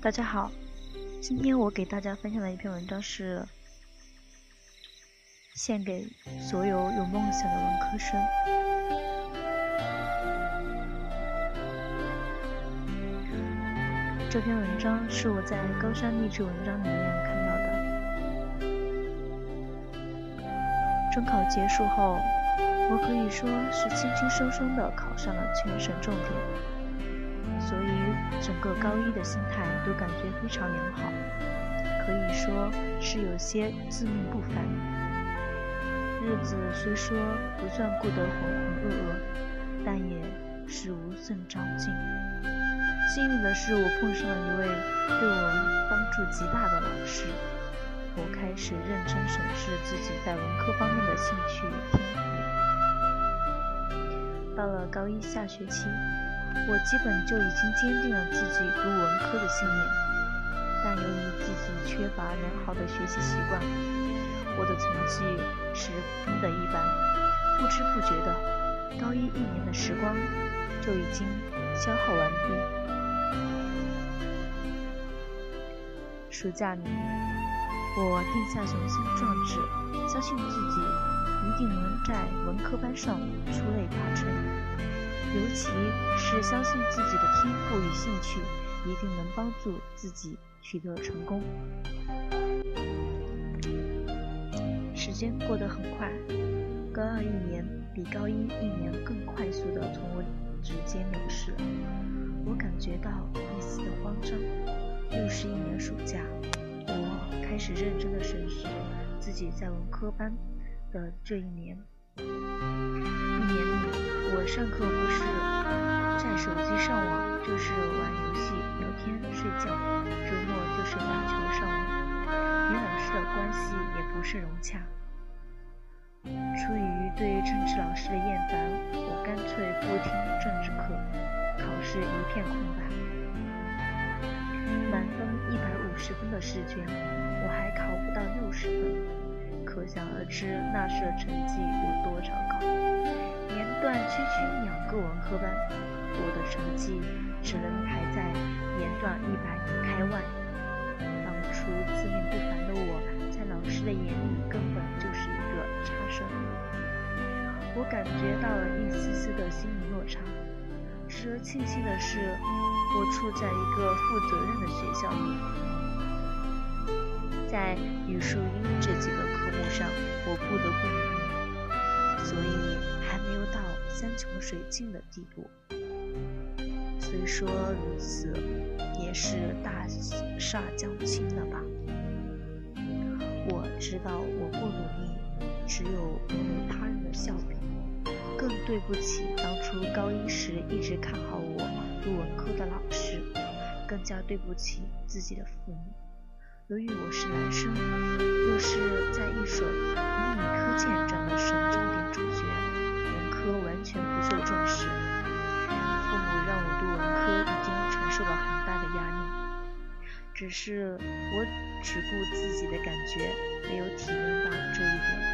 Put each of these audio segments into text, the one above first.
大家好，今天我给大家分享的一篇文章是献给所有有梦想的文科生。这篇文章是我在高山励志文章里面看到的。中考结束后，我可以说是轻轻松松地考上了全省重点，所以整个高一的心态都感觉非常良好，可以说是有些自命不凡。日子虽说不算过得浑浑噩噩，但也是无甚长进。幸运的是，我碰上了一位对我帮助极大的老师，我开始认真审视自己在文科方面的兴趣与天赋。到了高一下学期，我基本就已经坚定了自己读文科的信念，但由于自己缺乏良好的学习习惯，我的成绩十分的一般，不知不觉的，高一1年的时光就已经消耗完毕。暑假里，我定下雄心壮志，相信自己一定能在文科班上出类拔萃，尤其是相信自己的天赋与兴趣一定能帮助自己取得成功。时间过得很快，高2 1年比高一1年更快速地从我指尖流逝了，我感觉到一丝的慌张。又是1年暑假，我开始认真地审视自己在文科班的这1年。1年里，我上课不是在手机上网，就是玩游戏、聊天、睡觉，周末就是打球上网，与老师的关系也不是融洽。出于对政治老师的厌烦，我干脆不听政治课，考试一片空白。满分150分的试卷，我还考不到60分，可想而知那时的成绩有多糟糕。连段区2个文科班，我的成绩只能排在连段100名开外。当初自命不凡的我，在老师的眼里根本就是一个差生。我感觉到了一丝丝的心理落差。值得庆幸的是，我处在一个负责任的学校里，在语数英这几个科目上，我不得不努力，所以还没有到山穷水尽的地步。虽说如此，也是大厦将倾了吧。我知道我不努力，只有沦为他人的笑柄。更对不起当初高一时一直看好我读文科的老师，更加对不起自己的父母。由于我是男生，又是在一所以理科见长的省重点中学，文科完全不受重视，父母让我读文科已经承受了很大的压力，只是我只顾自己的感觉，没有体验到这一点。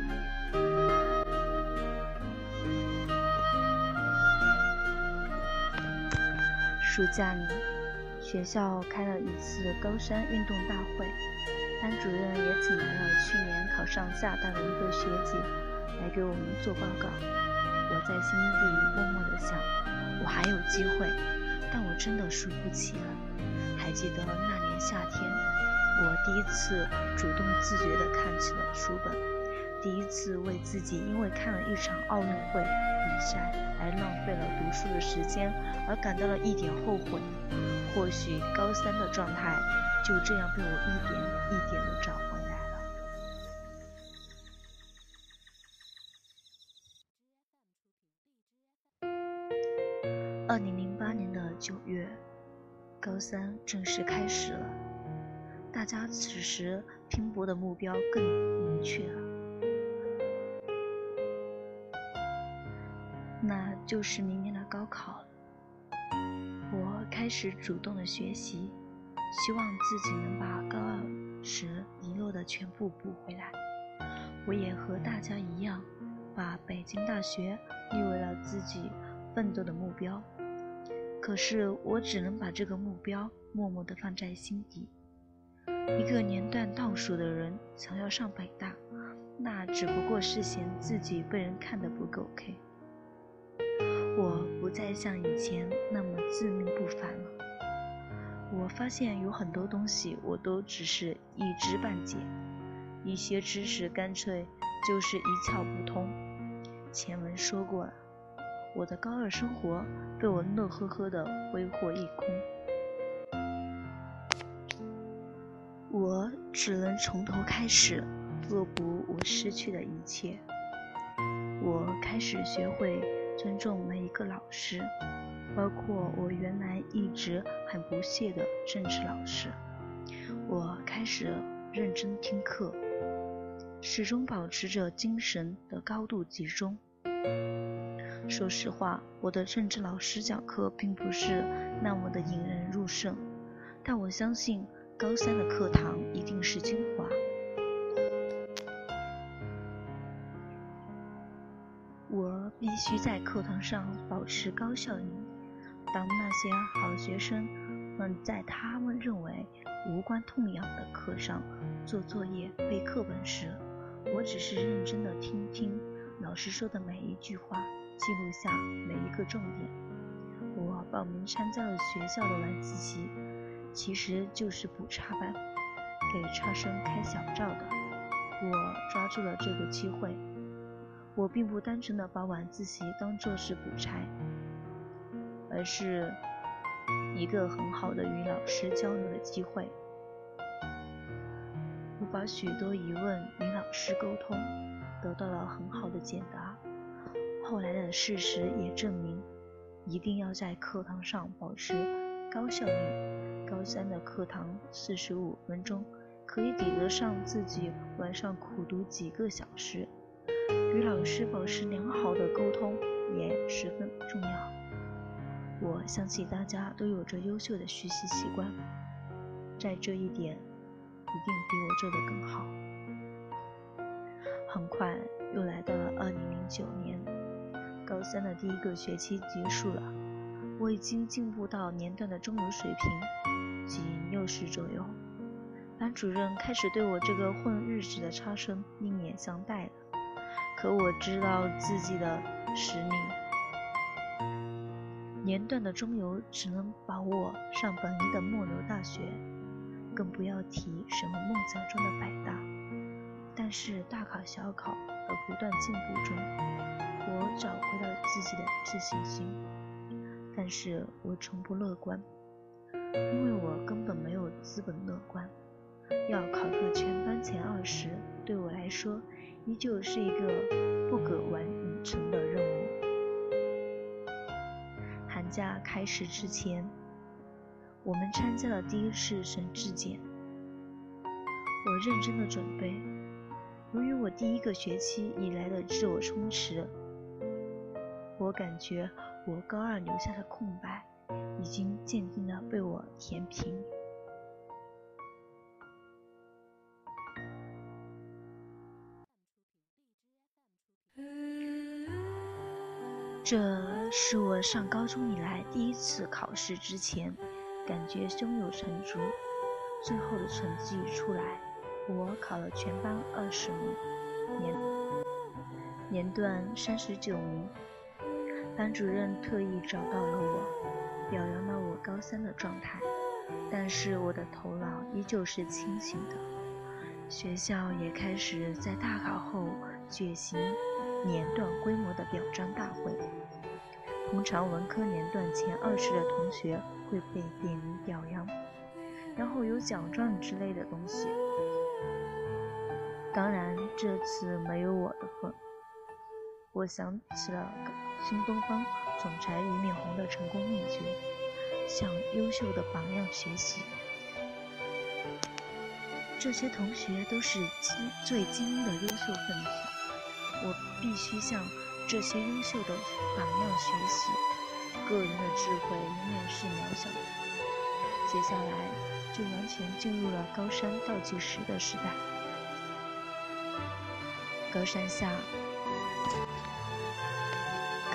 暑假里，学校开了一次高山运动大会，班主任也请来了去年考上厦大的一个学姐来给我们做报告。我在心底默默地想，我还有机会，但我真的输不起了。还记得那年夏天，我第一次主动自觉地看起了书本，第一次为自己因为看了一场奥运会比赛而浪费了读书的时间而感到了一点后悔。或许高3的状态就这样被我一点一点地找回来了。2008年的9月，高3正式开始了，大家此时拼搏的目标更明确了，那就是明年的高考了。我开始主动的学习，希望自己能把高2时遗落的全部补回来。我也和大家一样，把北京大学列为了自己奋斗的目标。 可是我只能把这个目标默默地放在心底。一个年段倒数的人想要上北大，那只不过是嫌自己被人看得不够 OK。 我不再像以前那么自命不凡了。我发现有很多东西我都只是一知半解，一些知识干脆就是一窍不通。前文说过了，我的高二生活被我乐呵呵地挥霍一空，我只能从头开始，恶补我失去的一切。我开始学会尊重每一个老师，包括我原来一直很不屑的政治老师。我开始认真听课，始终保持着精神的高度集中。说实话，我的政治老师讲课并不是那么的引人入胜，但我相信高三的课堂一定是精华。我必须在课堂上保持高效率。当那些好学生们在他们认为无关痛痒的课上做作业背课本时，我只是认真地听听老师说的每一句话，记录下每一个重点。我报名参加了学校的晚自习，其实就是补差班，给差生开小灶的。我抓住了这个机会。我并不单纯地把晚自习当作是补差，而是一个很好的与老师交流的机会。我把许多疑问与老师沟通，得到了很好的解答。后来的事实也证明，一定要在课堂上保持高效率。高三的课堂45分钟，可以抵得上自己晚上苦读几个小时。与老师保持良好的沟通也十分重要。我相信大家都有着优秀的学习习惯，在这一点一定比我做得更好。很快又来到了2009年，高三的第一个学期结束了，我已经进步到年段的中游水平，仅60左右。班主任开始对我这个混日子的差生另眼相待了。可我知道自己的实力，年段的中游只能把我上本一的末流大学，更不要提什么梦想中的北大。但是大考小考的不断进步中，我找回了自己的自信心。但是我从不乐观，因为我根本没有资本乐观。要考个全班前20，对我来说依旧是一个不可完成的任务。寒假开始之前，我们参加了第一次省质检。我认真的准备，由于我第一个学期以来的自我充实，我感觉我高二留下的空白已经渐渐的被我填平。这是我上高中以来第一次考试之前，感觉胸有成竹。最后的成绩出来，我考了全班20名，年段39名。班主任特意找到了我，表扬了我高三的状态，但是我的头脑依旧是清醒的。学校也开始在大考后举行年段规模的表彰大会，通常文科年段前20的同学会被点名表扬，然后有奖状之类的东西。当然这次没有我的份。我想起了新东方总裁俞敏洪的成功秘诀，向优秀的榜样学习。这些同学都是最精英的优秀分子，我必须向这些优秀的榜样学习。个人的智慧永远是渺小的。接下来就完全进入了高三倒计时的时代。高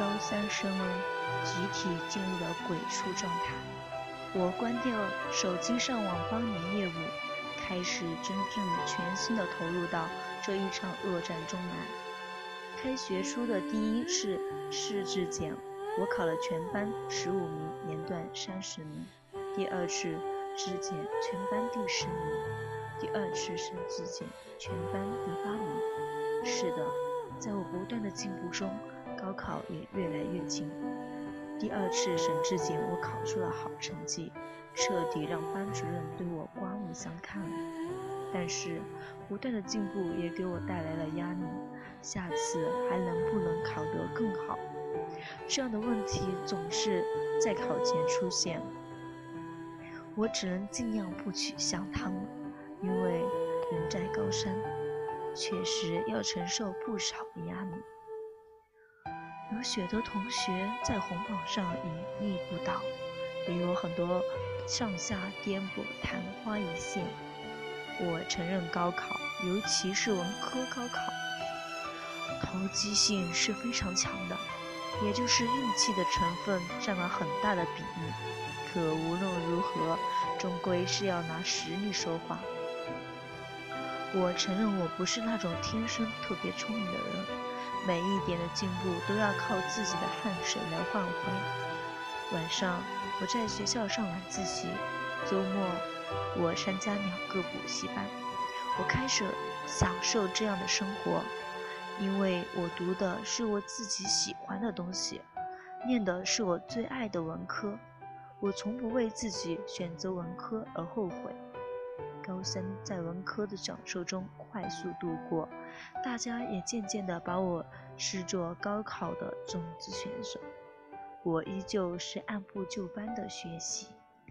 高三生们集体进入了鬼畜状态。我关掉手机上网8年业务，开始真正全心的投入到这一场恶战中来。开学初的第一次试质检，我考了全班15名，年段30名。第二次质检全班第10名，第二次省质检全班第8名。是的，在我不断的进步中，高考也越来越近。第二次省质检我考出了好成绩，彻底让班主任对我刮目相看了。但是不断的进步也给我带来了压力，下次还能不能考得更好？这样的问题总是在考前出现，我只能尽量不去想它们，因为人在高山，确实要承受不少的压力。有许多同学在红榜上屹立不倒，也有很多上下颠簸，昙花一现。我承认高考，尤其是文科高考，投机性是非常强的，也就是运气的成分占了很大的比例。可无论如何，终归是要拿实力说话。我承认我不是那种天生特别聪明的人，每一点的进步都要靠自己的汗水来换回。晚上我在学校上晚自习，周末我参加2个补习班。我开始享受这样的生活，因为我读的是我自己喜欢的东西，念的是我最爱的文科。我从不为自己选择文科而后悔。高三在文科的享受中快速度过，大家也渐渐地把我视作高考的种子选手。我依旧是按部就班的学习。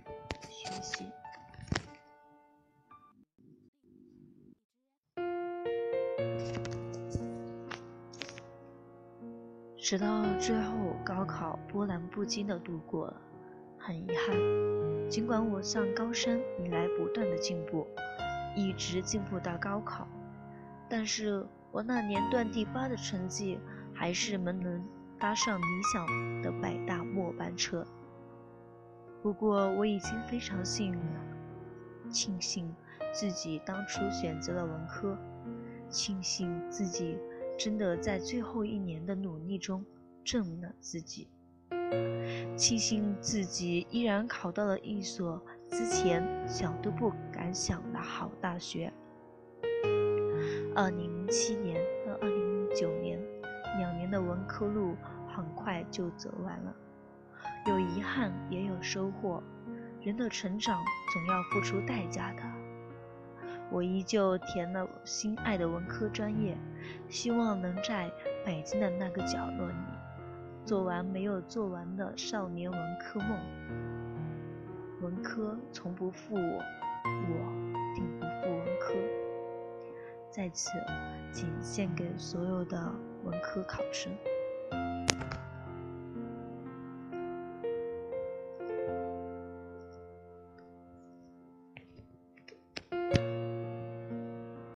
直到最后，高考波澜不惊地度过了。很遗憾，尽管我上高三以来不断的进步，一直进步到高考，但是我那年段第8的成绩还是没能搭上理想的百大末班车。不过我已经非常幸运了，庆幸自己当初选择了文科，庆幸自己真的在最后1年的努力中证明了自己，庆幸自己依然考到了一所之前想都不敢想的好大学。2007年到2009年2年的文科路很快就走完了，有遗憾也有收获，人的成长总要付出代价的。我依旧填了心爱的文科专业，希望能在北京的那个角落里做完没有做完的少年文科梦。文科从不负我，我定不负文科。在此仅献给所有的文科考生。